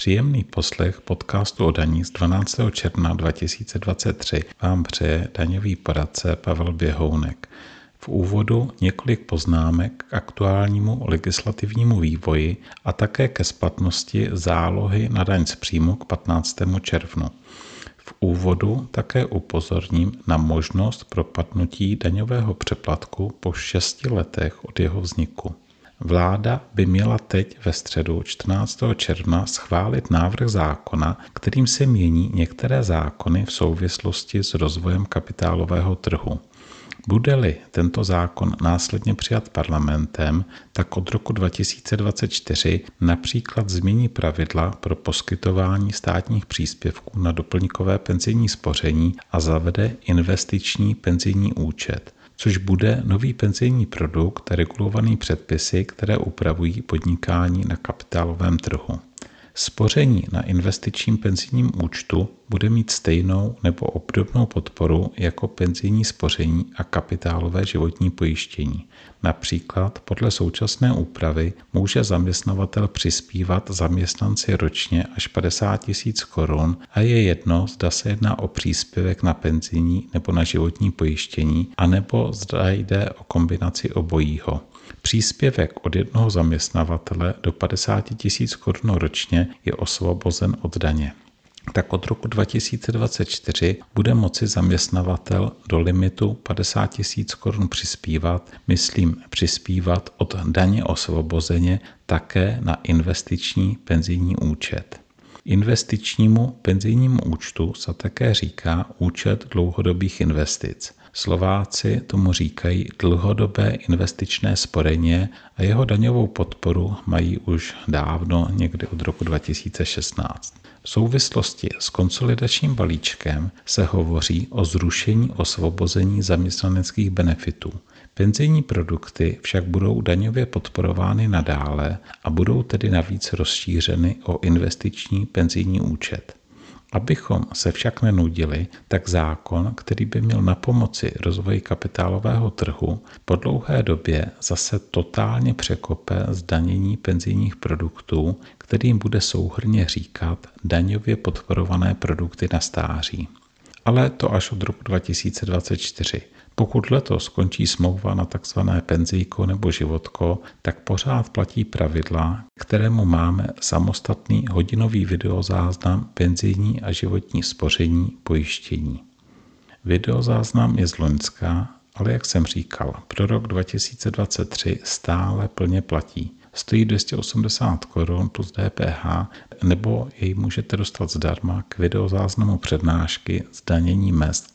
Příjemný poslech podcastu o daních z 12. června 2023 vám přeje daňový poradce Pavel Běhounek. V úvodu několik poznámek k aktuálnímu legislativnímu vývoji a také ke splatnosti zálohy na daň z příjmu k 15. červnu. V úvodu také upozorním na možnost propadnutí daňového přeplatku po 6 letech od jeho vzniku. Vláda by měla teď ve středu 14. června schválit návrh zákona, kterým se mění některé zákony v souvislosti s rozvojem kapitálového trhu. Bude-li tento zákon následně přijat parlamentem, tak od roku 2024 například změní pravidla pro poskytování státních příspěvků na doplňkové penzijní spoření a zavede investiční penzijní účet, což bude nový penzijní produkt regulovaný předpisy, které upravují podnikání na kapitálovém trhu. Spoření na investičním penzijním účtu bude mít stejnou nebo obdobnou podporu jako penzijní spoření a kapitálové životní pojištění. Například podle současné úpravy může zaměstnavatel přispívat zaměstnanci ročně až 50 000 korun a je jedno, zda se jedná o příspěvek na penzijní nebo na životní pojištění, anebo zda jde o kombinaci obojího. Příspěvek od jednoho zaměstnavatele do 50 000 korun ročně je osvobozen od daně. Tak od roku 2024 bude moci zaměstnavatel do limitu 50 000 korun přispívat od daně osvobozeně také na investiční penzijní účet. Investičnímu penzijnímu účtu se také říká účet dlouhodobých investic. Slováci tomu říkají dlouhodobé investičné spoření a jeho daňovou podporu mají už dávno, někdy od roku 2016. V souvislosti s konsolidačním balíčkem se hovoří o zrušení osvobození zaměstnaneckých benefitů. Penzijní produkty však budou daňově podporovány nadále a budou tedy navíc rozšířeny o investiční penzijní účet. Abychom se však nenudili, tak zákon, který by měl napomoci rozvoji kapitálového trhu, po dlouhé době zase totálně překope zdanění penzijních produktů, kterým bude souhrnně říkat daňově podporované produkty na stáří. Ale to až od roku 2024. Pokud letos skončí smlouva na tzv. Penzijko nebo životko, tak pořád platí pravidla, kterému máme samostatný hodinový videozáznam penzijní a životní spoření pojištění. Videozáznam je z loňska, ale jak jsem říkal, pro rok 2023 stále plně platí. Stojí 280 korun plus DPH, nebo jej můžete dostat zdarma k videozáznamu přednášky zdanění mezd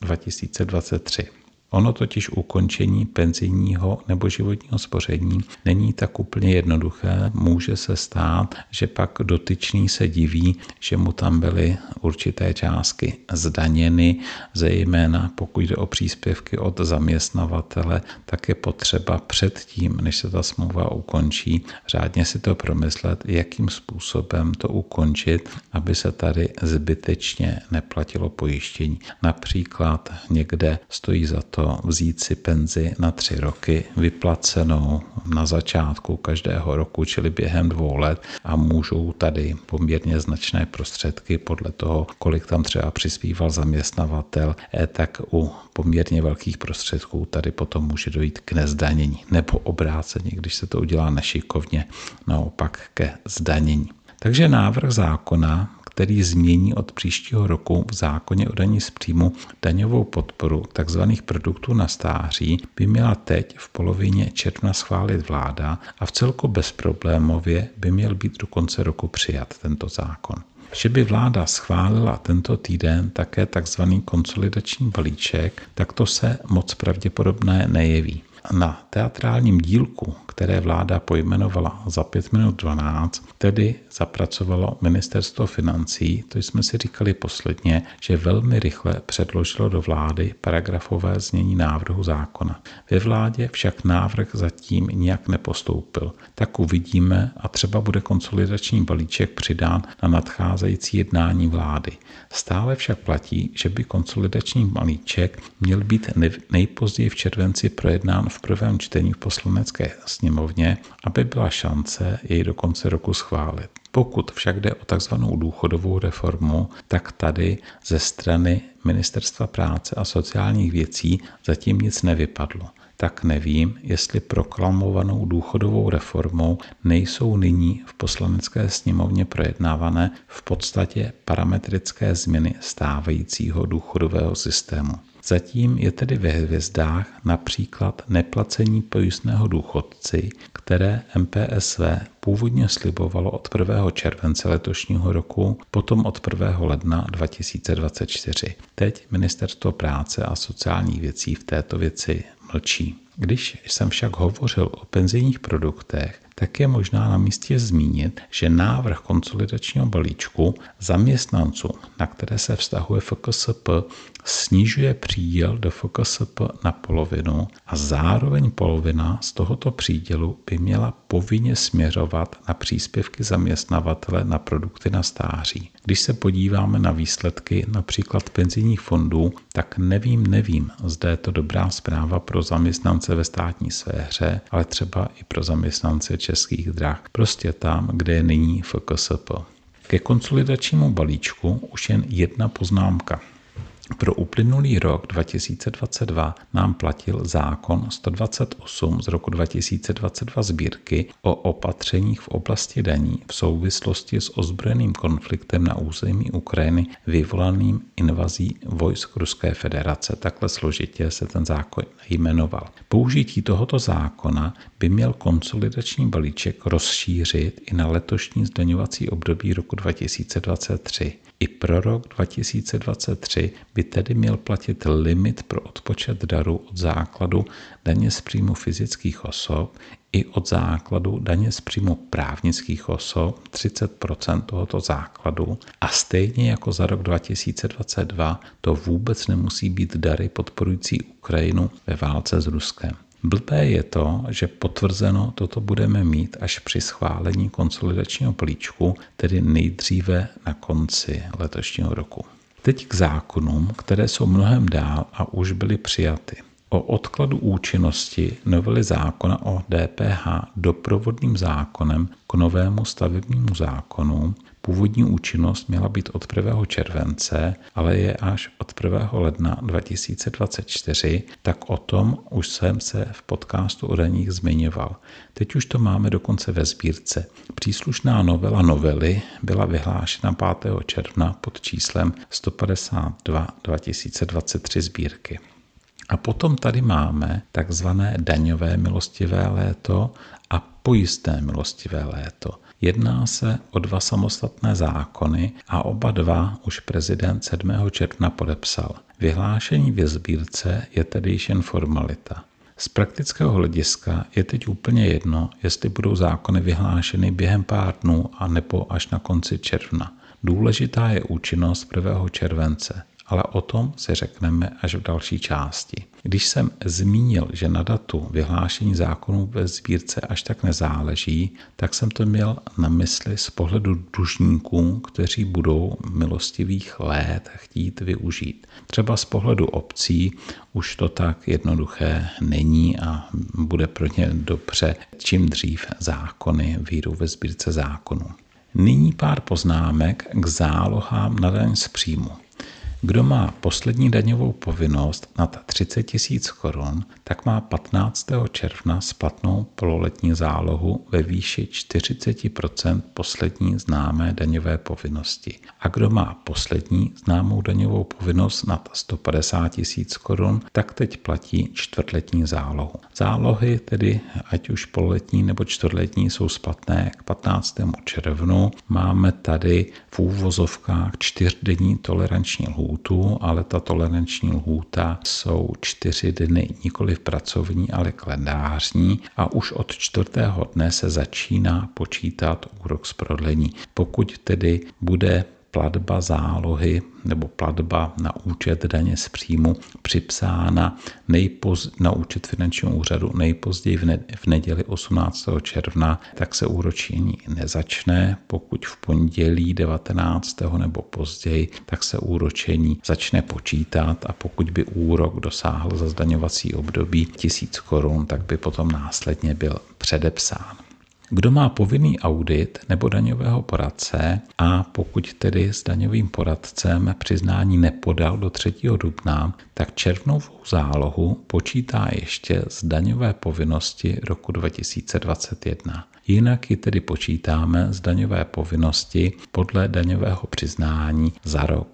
2023. Ono totiž ukončení penzijního nebo životního spoření není tak úplně jednoduché. Může se stát, že pak dotyčný se diví, že mu tam byly určité částky zdaněny, zejména pokud jde o příspěvky od zaměstnavatele, tak je potřeba předtím, než se ta smlouva ukončí, řádně si to promyslet, jakým způsobem to ukončit, aby se tady zbytečně neplatilo pojištění. Například někde stojí za to vzít si penzi na 3 roky vyplacenou na začátku každého roku, čili během 2 let a můžou tady poměrně značné prostředky podle toho, kolik tam třeba přispíval zaměstnavatel, tak u poměrně velkých prostředků tady potom může dojít k nezdanění nebo obráceně, když se to udělá nešikovně, naopak ke zdanění. Takže návrh zákona, který změní od příštího roku v zákoně o dani z příjmu daňovou podporu tzv. Produktů na stáří, by měla teď v polovině června schválit vláda a vcelku bezproblémově by měl být do konce roku přijat tento zákon. Že by vláda schválila tento týden také tzv. Konsolidační balíček, tak to se moc pravděpodobné nejeví. Na teatrálním dílku, které vláda pojmenovala za 5 minut 12, tedy zapracovalo Ministerstvo financí, to jsme si říkali posledně, že velmi rychle předložilo do vlády paragrafové znění návrhu zákona. Ve vládě však návrh zatím nijak nepostoupil. Tak uvidíme a třeba bude konsolidační balíček přidán na nadcházející jednání vlády. Stále však platí, že by konsolidační balíček měl být nejpozději v červenci projednán v prvém čtení v Poslanecké sněmovně, aby byla šance jej do konce roku schválit. Pokud však jde o takzvanou důchodovou reformu, tak tady ze strany Ministerstva práce a sociálních věcí zatím nic nevypadlo. Tak nevím, jestli proklamovanou důchodovou reformou nejsou nyní v Poslanecké sněmovně projednávané v podstatě parametrické změny stávajícího důchodového systému. Zatím je tedy ve hvězdách například neplacení pojistného důchodci, které MPSV původně slibovalo od 1. července letošního roku, potom od 1. ledna 2024. Teď Ministerstvo práce a sociálních věcí v této věci mlčí. Když jsem však hovořil o penzijních produktech, tak je možná na místě zmínit, že návrh konsolidačního balíčku zaměstnancům, na které se vztahuje FKSP, snižuje příděl do FKSP na polovinu a zároveň polovina z tohoto přídělu by měla povinně směřovat na příspěvky zaměstnavatele na produkty na stáří. Když se podíváme na výsledky například penzijních fondů, tak nevím, zda je to dobrá zpráva pro zaměstnance ve státní sféře, ale třeba i pro zaměstnance Českých drah, prostě tam, kde je nyní FKSP. Ke konsolidačnímu balíčku už jen jedna poznámka. Pro uplynulý rok 2022 nám platil zákon 128 z roku 2022 sbírky o opatřeních v oblasti daní v souvislosti s ozbrojeným konfliktem na území Ukrajiny vyvolaným invazí vojsk Ruské federace. Takhle složitě se ten zákon jmenoval. Použití tohoto zákona by měl konsolidační balíček rozšířit i na letošní zdaňovací období roku 2023. I pro rok 2023 by tedy měl platit limit pro odpočet daru od základu daně z příjmu fyzických osob i od základu daně z příjmu právnických osob 30% tohoto základu a stejně jako za rok 2022 to vůbec nemusí být dary podporující Ukrajinu ve válce s Ruskem. Blbé je to, že potvrzeno toto budeme mít až při schválení konsolidačního balíčku, tedy nejdříve na konci letošního roku. Teď k zákonům, které jsou mnohem dál a už byly přijaty. O odkladu účinnosti novely zákona o DPH doprovodným zákonem k novému stavebnímu zákonu původní účinnost měla být od 1. července, ale je až od 1. ledna 2024, tak o tom už jsem se v podcastu o daních zmiňoval. Teď už to máme dokonce ve sbírce. Příslušná novela novely byla vyhlášena 5. června pod číslem 152 2023 sbírky. A potom tady máme takzvané daňové milostivé léto a pojistné milostivé léto. Jedná se o dva samostatné zákony a oba dva už prezident 7. června podepsal. Vyhlášení ve sbírce je tedy již jen formalita. Z praktického hlediska je teď úplně jedno, jestli budou zákony vyhlášeny během pár dnů a nebo až na konci června. Důležitá je účinnost 1. července. Ale o tom si řekneme až v další části. Když jsem zmínil, že na datu vyhlášení zákonů ve sbírce až tak nezáleží, tak jsem to měl na mysli z pohledu dlužníků, kteří budou milostivých lét chtít využít. Třeba z pohledu obcí už to tak jednoduché není a bude pro ně dobře, čím dřív zákony vyjdou ve sbírce zákonů. Nyní pár poznámek k zálohám na daň z příjmu. Kdo má poslední daňovou povinnost nad 30 000 korun, tak má 15. června splatnou pololetní zálohu ve výši 40% poslední známé daňové povinnosti. A kdo má poslední známou daňovou povinnost nad 150 000 korun, tak teď platí čtvrtletní zálohu. Zálohy tedy, ať už pololetní nebo čtvrtletní, jsou splatné k 15. červnu. Máme tady v úvozovkách 4denní toleranční lhůtu, ale ta toleranční lhůta jsou 4 dny, nikoliv pracovní, ale kalendářní a už od 4. dne se začíná počítat úrok z prodlení. Pokud tedy bude platba zálohy nebo platba na účet daně z příjmu připsána na účet finančního úřadu nejpozději v neděli 18. června, tak se úročení nezačne. Pokud v pondělí 19. nebo později, tak se úročení začne počítat a pokud by úrok dosáhl za zdaňovací období 1000 korun, tak by potom následně byl předepsán. Kdo má povinný audit nebo daňového poradce a pokud tedy s daňovým poradcem přiznání nepodal do 3. dubna, tak červnovou zálohu počítá ještě z daňové povinnosti roku 2021. Jinak ji tedy počítáme z daňové povinnosti podle daňového přiznání za rok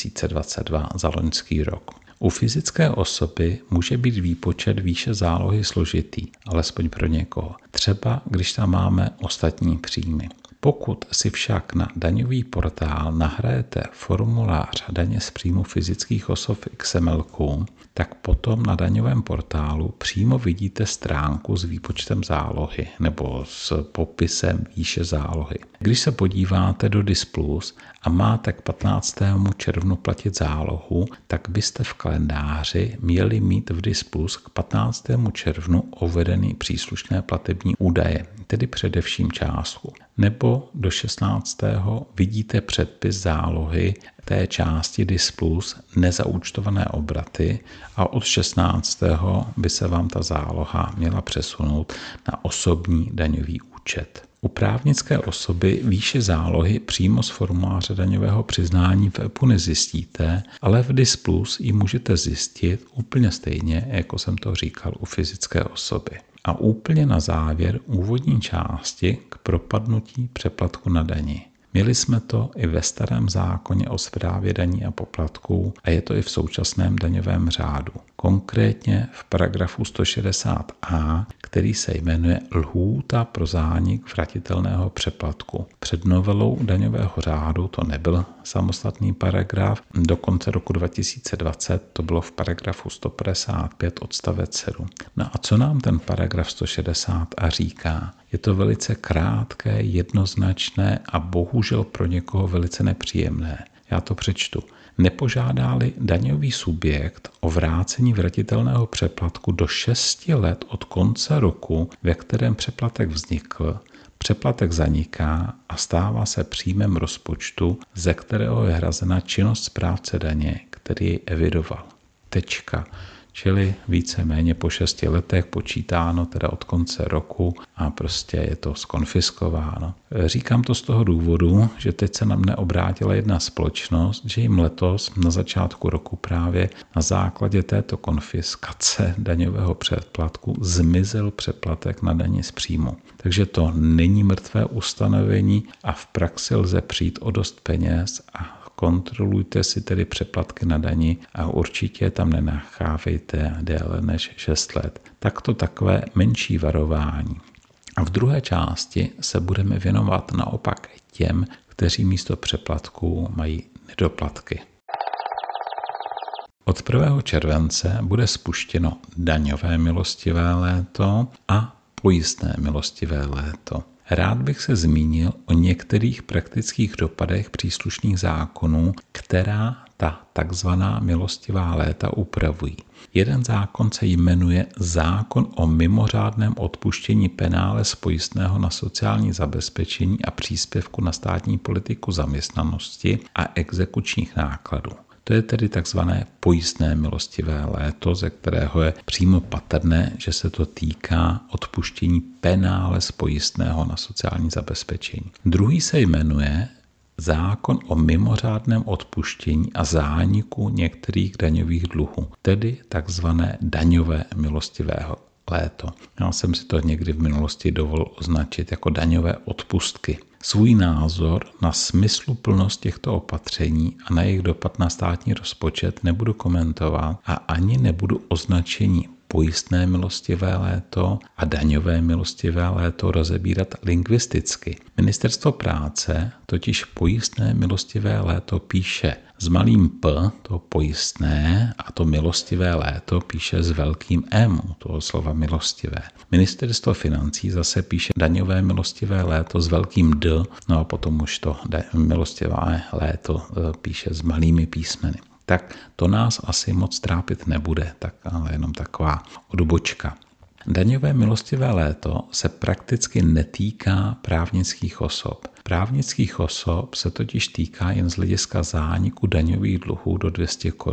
2022, za loňský rok. U fyzické osoby může být výpočet výše zálohy složitý, alespoň pro někoho. Třeba když tam máme ostatní příjmy. Pokud si však na daňový portál nahrajete formulář daně z příjmu fyzických osob v XML-ku, tak potom na daňovém portálu přímo vidíte stránku s výpočtem zálohy nebo s popisem výše zálohy. Když se podíváte do DIS+ a máte k 15. červnu platit zálohu, tak byste v kalendáři měli mít v DIS+ k 15. červnu uvedený příslušné platební údaje, tedy především částku. Nebo do 16. vidíte předpis zálohy té části DIS+ nezaúčtované obraty a od 16. by se vám ta záloha měla přesunout na osobní daňový účet. U právnické osoby výši zálohy přímo z formuláře daňového přiznání v EPU nezjistíte, ale v DIS+ ji můžete zjistit úplně stejně, jako jsem to říkal u fyzické osoby. A úplně na závěr úvodní části k propadnutí přeplatku na dani. Měli jsme to i ve starém zákoně o správě daní a poplatků a je to i v současném daňovém řádu. Konkrétně v paragrafu 160a, který se jmenuje Lhůta pro zánik vratitelného přeplatku. Před novelou daňového řádu to nebyl samostatný paragraf, do konce roku 2020 to bylo v paragrafu 155 odstavec 7. No a co nám ten paragraf 160a říká? Je to velice krátké, jednoznačné a bohužel pro někoho velice nepříjemné. Já to přečtu. Nepožádá-li daňový subjekt o vrácení vratitelného přeplatku do 6 let od konce roku, ve kterém přeplatek vznikl, přeplatek zaniká a stává se příjmem rozpočtu, ze kterého je hrazena činnost správce daně, který ji evidoval. Tečka. Čili víceméně po 6 letech počítáno teda od konce roku a prostě je to skonfiskováno. Říkám to z toho důvodu, že teď se na mne obrátila jedna společnost, že jim letos na začátku roku právě na základě této konfiskace daňového přeplatku zmizel přeplatek na dani z příjmu. Takže to není mrtvé ustanovení a v praxi lze přijít o dost peněz a kontrolujte si tedy přeplatky na dani a určitě tam nenachávejte déle než 6 let. Tak to takové menší varování. A v druhé části se budeme věnovat naopak těm, kteří místo přeplatků mají nedoplatky. Od 1. července bude spuštěno daňové milostivé léto a pojistné milostivé léto. Rád bych se zmínil o některých praktických dopadech příslušných zákonů, která ta takzvaná milostivá léta upravují. Jeden zákon se jmenuje Zákon o mimořádném odpuštění penále z pojistného na sociální zabezpečení a příspěvku na státní politiku zaměstnanosti a exekučních nákladů. To je tedy takzvané pojistné milostivé léto, ze kterého je přímo patrné, že se to týká odpuštění penále z pojistného na sociální zabezpečení. Druhý se jmenuje Zákon o mimořádném odpuštění a zániku některých daňových dluhů, tedy takzvané daňové milostivého léto. Já jsem si to někdy v minulosti dovolil označit jako daňové odpustky. Svůj názor na smysluplnost těchto opatření a na jejich dopad na státní rozpočet nebudu komentovat a ani nebudu označení pojistné milostivé léto a daňové milostivé léto rozebírat lingvisticky. Ministerstvo práce totiž pojistné milostivé léto píše s malým p, to pojistné, a to milostivé léto píše s velkým m, toho slova milostivé. Ministerstvo financí zase píše daňové milostivé léto s velkým d, no a potom už to milostivé léto píše s malými písmeny. Tak to nás asi moc trápit nebude, tak ale jenom taková odbočka. Daňové milostivé léto se prakticky netýká právnických osob. Právnických osob se totiž týká jen z hlediska zániku daňových dluhů do 200 korun.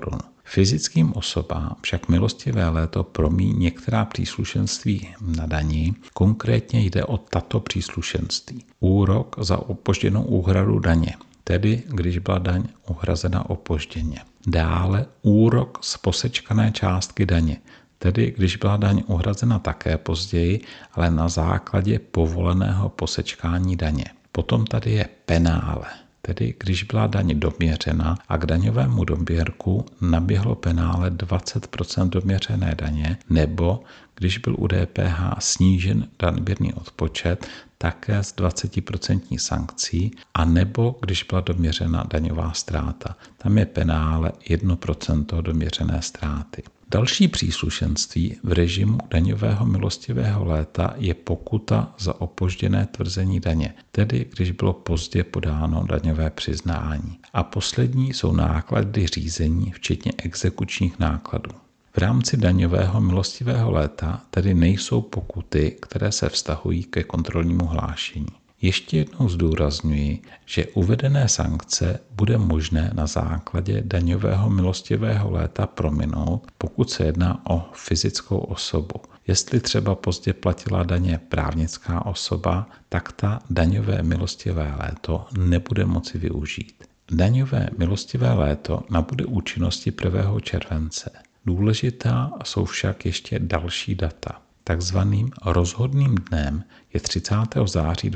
Fyzickým osobám však milostivé léto promíjí některá příslušenství na dani, konkrétně jde o tato příslušenství. Úrok za opožděnou úhradu daně, tedy když byla daň uhrazena opožděně. Dále úrok z posečkané částky daně, tedy když byla daň uhrazena také později, ale na základě povoleného posečkání daně. Potom tady je penále, tedy když byla daň doměřena a k daňovému doměrku naběhlo penále 20% doměřené daně, nebo když byl u DPH snížen nadměrný odpočet také s 20% sankcí, a nebo když byla doměřena daňová ztráta. Tam je penále 1% doměřené ztráty. Další příslušenství v režimu daňového milostivého léta je pokuta za opožděné tvrzení daně, tedy když bylo pozdě podáno daňové přiznání. A poslední jsou náklady řízení, včetně exekučních nákladů. V rámci daňového milostivého léta tedy nejsou pokuty, které se vztahují ke kontrolnímu hlášení. Ještě jednou zdůrazňuji, že uvedené sankce bude možné na základě daňového milostivého léta prominout, pokud se jedná o fyzickou osobu. Jestli třeba pozdě platila daně právnická osoba, tak ta daňové milostivé léto nebude moci využít. Daňové milostivé léto nabude účinnosti 1. července. Důležitá jsou však ještě další data. Takzvaným rozhodným dnem je 30. září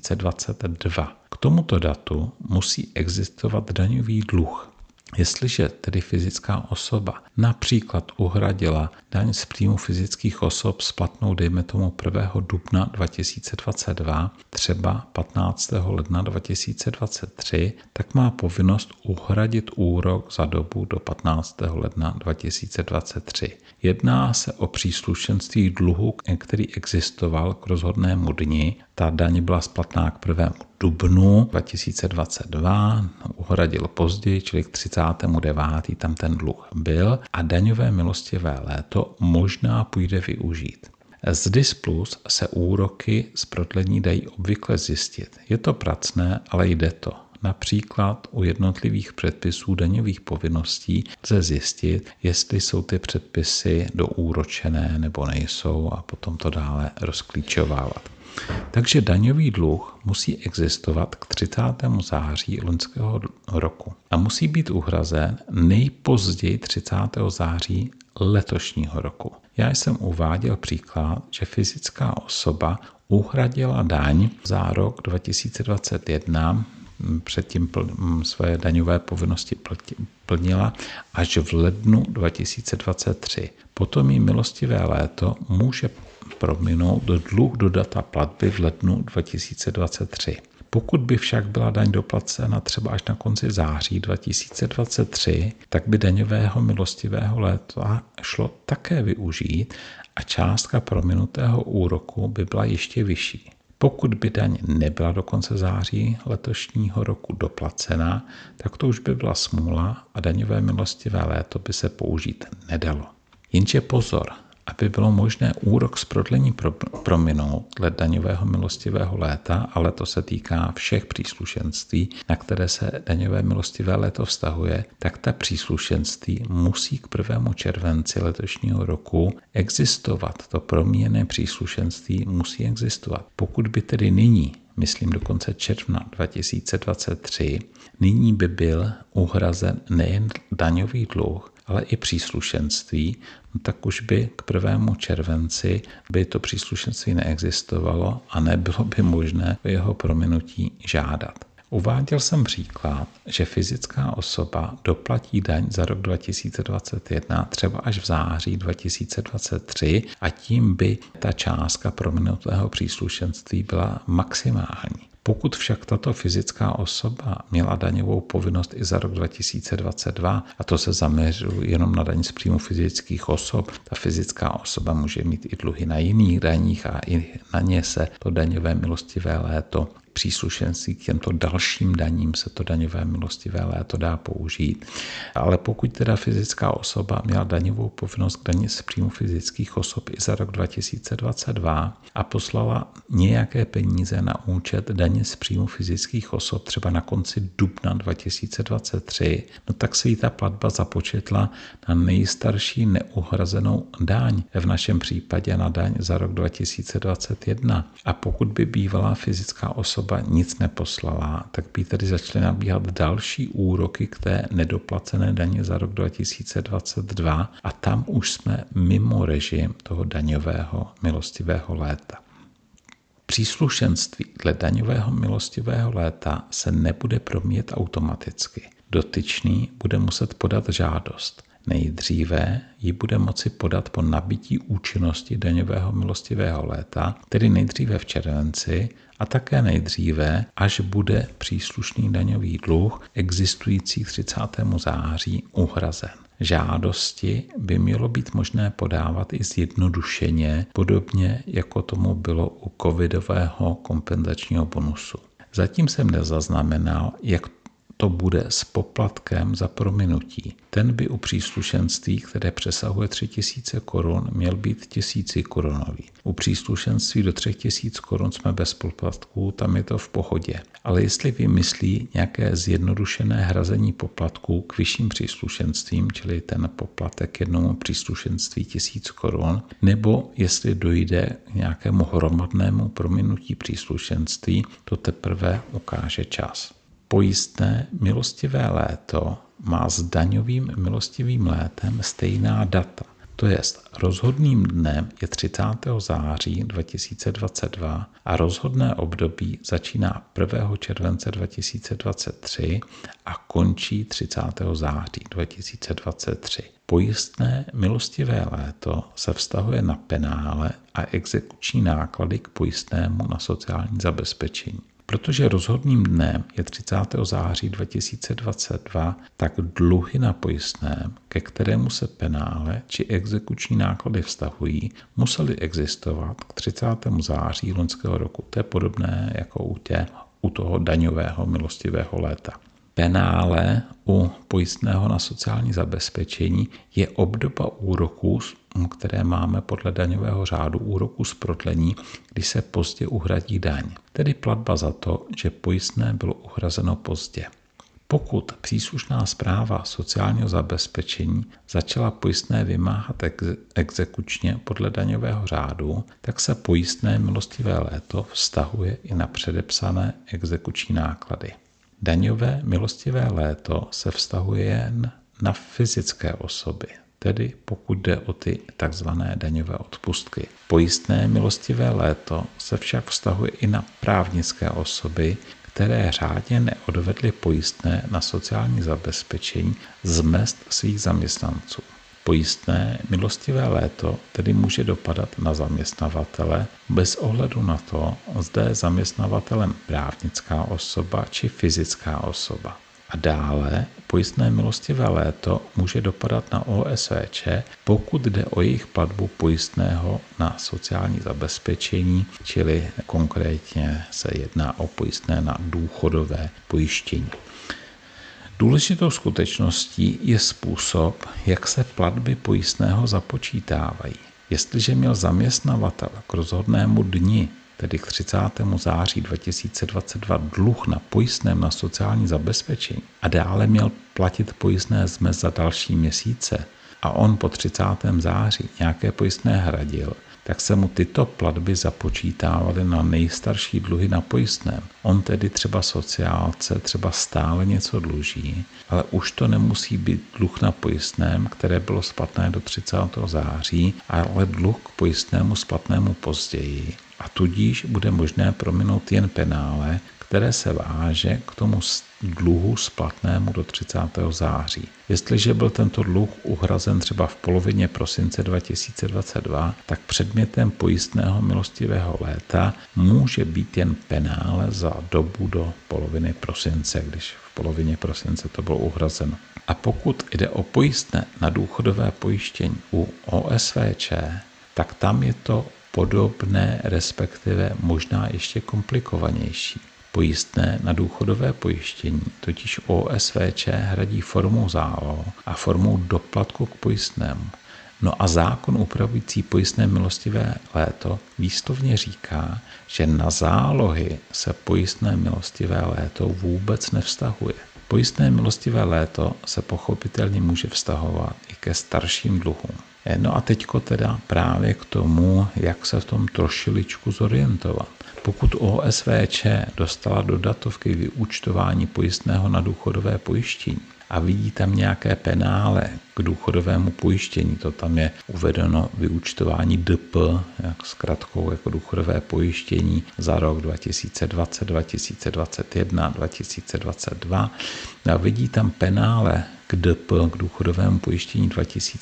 2022. K tomuto datu musí existovat daňový dluh. Jestliže tedy fyzická osoba například uhradila daň z příjmu fyzických osob splatnou dejme tomu 1. dubna 2022, třeba 15. ledna 2023, tak má povinnost uhradit úrok za dobu do 15. ledna 2023. Jedná se o příslušenství dluhu, který existoval k rozhodnému dni. Ta daň byla splatná k 1. dubnu 2022, uhradil později, čili k 39. tam ten dluh byl a daňové milostivé léto možná půjde využít. Z DIS Plus se úroky z prodlení dají obvykle zjistit. Je to pracné, ale jde to. Například u jednotlivých předpisů daňových povinností lze zjistit, jestli jsou ty předpisy doúročené nebo nejsou a potom to dále rozklíčovávat. Takže daňový dluh musí existovat k 30. září loňského roku a musí být uhrazen nejpozději 30. září letošního roku. Já jsem uváděl příklad, že fyzická osoba uhradila daň za rok 2021, předtím své daňové povinnosti plnila až v lednu 2023. Potom jí milostivé léto může prominout dluh do data platby v lednu 2023. Pokud by však byla daň doplacena třeba až na konci září 2023, tak by daňového milostivého léta šlo také využít a částka prominutého úroku by byla ještě vyšší. Pokud by daň nebyla do konce září letošního roku doplacena, tak to už by byla smůla a daňové milostivé léto by se použít nedalo. Jenže pozor, aby bylo možné úrok z prodlení prominout dle daňového milostivého léta, ale to se týká všech příslušenství, na které se daňové milostivé léto vztahuje, tak ta příslušenství musí k 1. červenci letošního roku existovat. To promíjené příslušenství musí existovat. Pokud by tedy nyní, myslím do konce června 2023, nyní by byl uhrazen nejen daňový dluh, ale i příslušenství, tak už by k 1. červenci by to příslušenství neexistovalo a nebylo by možné o jeho prominutí žádat. Uváděl jsem příklad, že fyzická osoba doplatí daň za rok 2021 třeba až v září 2023 a tím by ta částka prominutého příslušenství byla maximální. Pokud však tato fyzická osoba měla daňovou povinnost i za rok 2022, a to se zaměřuje jenom na daň z příjmu fyzických osob, ta fyzická osoba může mít i dluhy na jiných daních a i na ně se to daňové milostivé léto příslušenství k těmto dalším daním se to daňové milostivé léto dá použít. Ale pokud teda fyzická osoba měla daňovou povinnost k dani z příjmu fyzických osob i za rok 2022 a poslala nějaké peníze na účet daně z příjmu fyzických osob třeba na konci dubna 2023, no tak se jí ta platba započetla na nejstarší neuhrazenou daň, v našem případě na daň za rok 2021. A pokud by bývalá fyzická osoba nic neposlala, tak by tedy začaly nabíhat další úroky k té nedoplacené daně za rok 2022 a tam už jsme mimo režim toho daňového milostivého léta. Příslušenství dle daňového milostivého léta se nebude promíjet automaticky. Dotyčný bude muset podat žádost. Nejdříve ji bude moci podat po nabití účinnosti daňového milostivého léta, tedy nejdříve v červenci a také nejdříve, až bude příslušný daňový dluh existující 30. září uhrazen. Žádosti by mělo být možné podávat i zjednodušeně, podobně jako tomu bylo u covidového kompenzačního bonusu. Zatím jsem nezaznamenal, jak to bude s poplatkem za prominutí. Ten by u příslušenství, které přesahuje 3000 korun, měl být 1000 korunový. U příslušenství do 3000 korun jsme bez poplatků, tam je to v pohodě. Ale jestli vymyslí nějaké zjednodušené hrazení poplatků k vyšším příslušenstvím, čili ten poplatek k jednomu příslušenství 1000 korun, nebo jestli dojde k nějakému hromadnému prominutí příslušenství, to teprve ukáže čas. Pojistné milostivé léto má s daňovým milostivým létem stejná data. To jest, rozhodným dnem je 30. září 2022 a rozhodné období začíná 1. července 2023 a končí 30. září 2023. Pojistné milostivé léto se vztahuje na penále a exekuční náklady k pojistnému na sociální zabezpečení. Protože rozhodným dnem je 30. září 2022, tak dluhy na pojistném, ke kterému se penále či exekuční náklady vztahují, musely existovat k 30. září loňského roku. To je podobné jako u toho daňového milostivého léta. Penále u pojistného na sociální zabezpečení je obdoba úroků, které máme podle daňového řádu úroku z prodlení, když se pozdě uhradí daň, tedy platba za to, že pojistné bylo uhrazeno pozdě. Pokud příslušná správa sociálního zabezpečení začala pojistné vymáhat exekučně podle daňového řádu, tak se pojistné milostivé léto vztahuje i na předepsané exekuční náklady. Daňové milostivé léto se vztahuje jen na fyzické osoby, tedy pokud jde o ty takzvané daňové odpustky. Pojistné milostivé léto se však vztahuje i na právnické osoby, které řádně neodvedly pojistné na sociální zabezpečení z mezd svých zaměstnanců. Pojistné milostivé léto tedy může dopadat na zaměstnavatele bez ohledu na to, zda je zaměstnavatelem právnická osoba či fyzická osoba. A dále pojistné milostivé léto může dopadat na OSVČ, pokud jde o jejich platbu pojistného na sociální zabezpečení, čili konkrétně se jedná o pojistné na důchodové pojištění. Důležitou skutečností je způsob, jak se platby pojistného započítávají. Jestliže měl zaměstnavatel k rozhodnému dni, tedy k 30. září 2022 dluh na pojistném na sociální zabezpečení a dále měl platit pojistné z mezd za další měsíce a on po 30. září nějaké pojistné hradil, tak se mu tyto platby započítávaly na nejstarší dluhy na pojistném. On tedy třeba sociálce třeba stále něco dluží, ale už to nemusí být dluh na pojistném, které bylo splatné do 30. září, ale dluh k pojistnému splatnému později. A tudíž bude možné prominout jen penále, které se váže k tomu dluhu splatnému do 30. září. Jestliže byl tento dluh uhrazen třeba v polovině prosince 2022, tak předmětem pojistného milostivého léta může být jen penále za dobu do poloviny prosince, když v polovině prosince to bylo uhrazeno. A pokud jde o pojistné na důchodové pojištění u OSVČ, tak tam je to podobné, respektive možná ještě komplikovanější. Pojistné na důchodové pojištění totiž OSVČ hradí formou záloh a formou doplatku k pojistnému. No a zákon upravující pojistné milostivé léto výslovně říká, že na zálohy se pojistné milostivé léto vůbec nevztahuje. Pojistné milostivé léto se pochopitelně může vztahovat i ke starším dluhům. No a teďko teda právě k tomu, jak se v tom trošiličku zorientovat. Pokud OSVČ dostala do datovky vyúčtování pojistného na důchodové pojištění a vidí tam nějaké penále k důchodovému pojištění, to tam je uvedeno vyúčtování DP, jak zkratkou jako důchodové pojištění za rok 2020, 2021, 2022, a vidí tam penále k DP, k důchodovému pojištění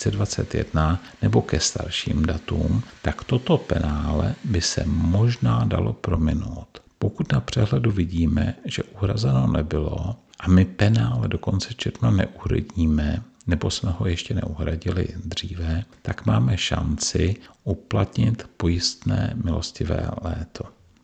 2021 nebo ke starším datům, tak toto penále by se možná dalo prominout. Pokud na přehledu vidíme, že uhrazeno nebylo a my penále do konce června neuhradíme, nebo jsme ho ještě neuhradili dříve, tak máme šanci uplatnit pojistné milostivé léto.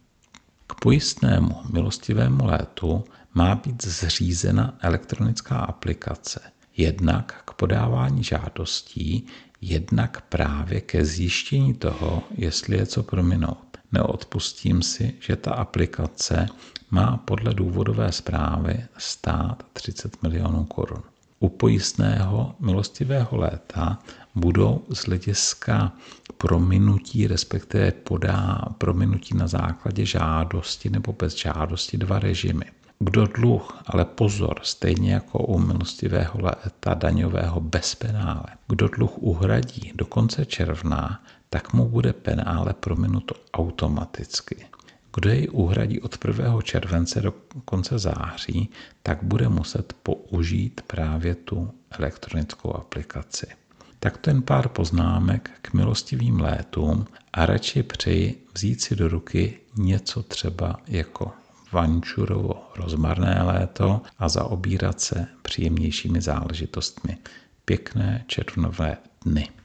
K pojistnému milostivému létu má být zřízena elektronická aplikace, jednak k podávání žádostí, jednak právě ke zjištění toho, jestli je co prominout. Neodpustím si, že ta aplikace má podle důvodové zprávy stát 30 milionů korun. U pojistného milostivého léta budou z hlediska prominutí, respektive prominutí na základě žádosti nebo bez žádosti dva režimy. Kdo dluh, ale pozor, stejně jako u milostivého léta daňového bez penále, kdo dluh uhradí do konce června, tak mu bude penále prominuto automaticky. Kdo jej uhradí od 1. července do konce září, tak bude muset použít právě tu elektronickou aplikaci. Tak to jen pár poznámek k milostivým létům a radši přeji vzít si do ruky něco třeba jako vančurovo rozmarné léto a zaobírat se příjemnějšími záležitostmi. Pěkné červnové dny.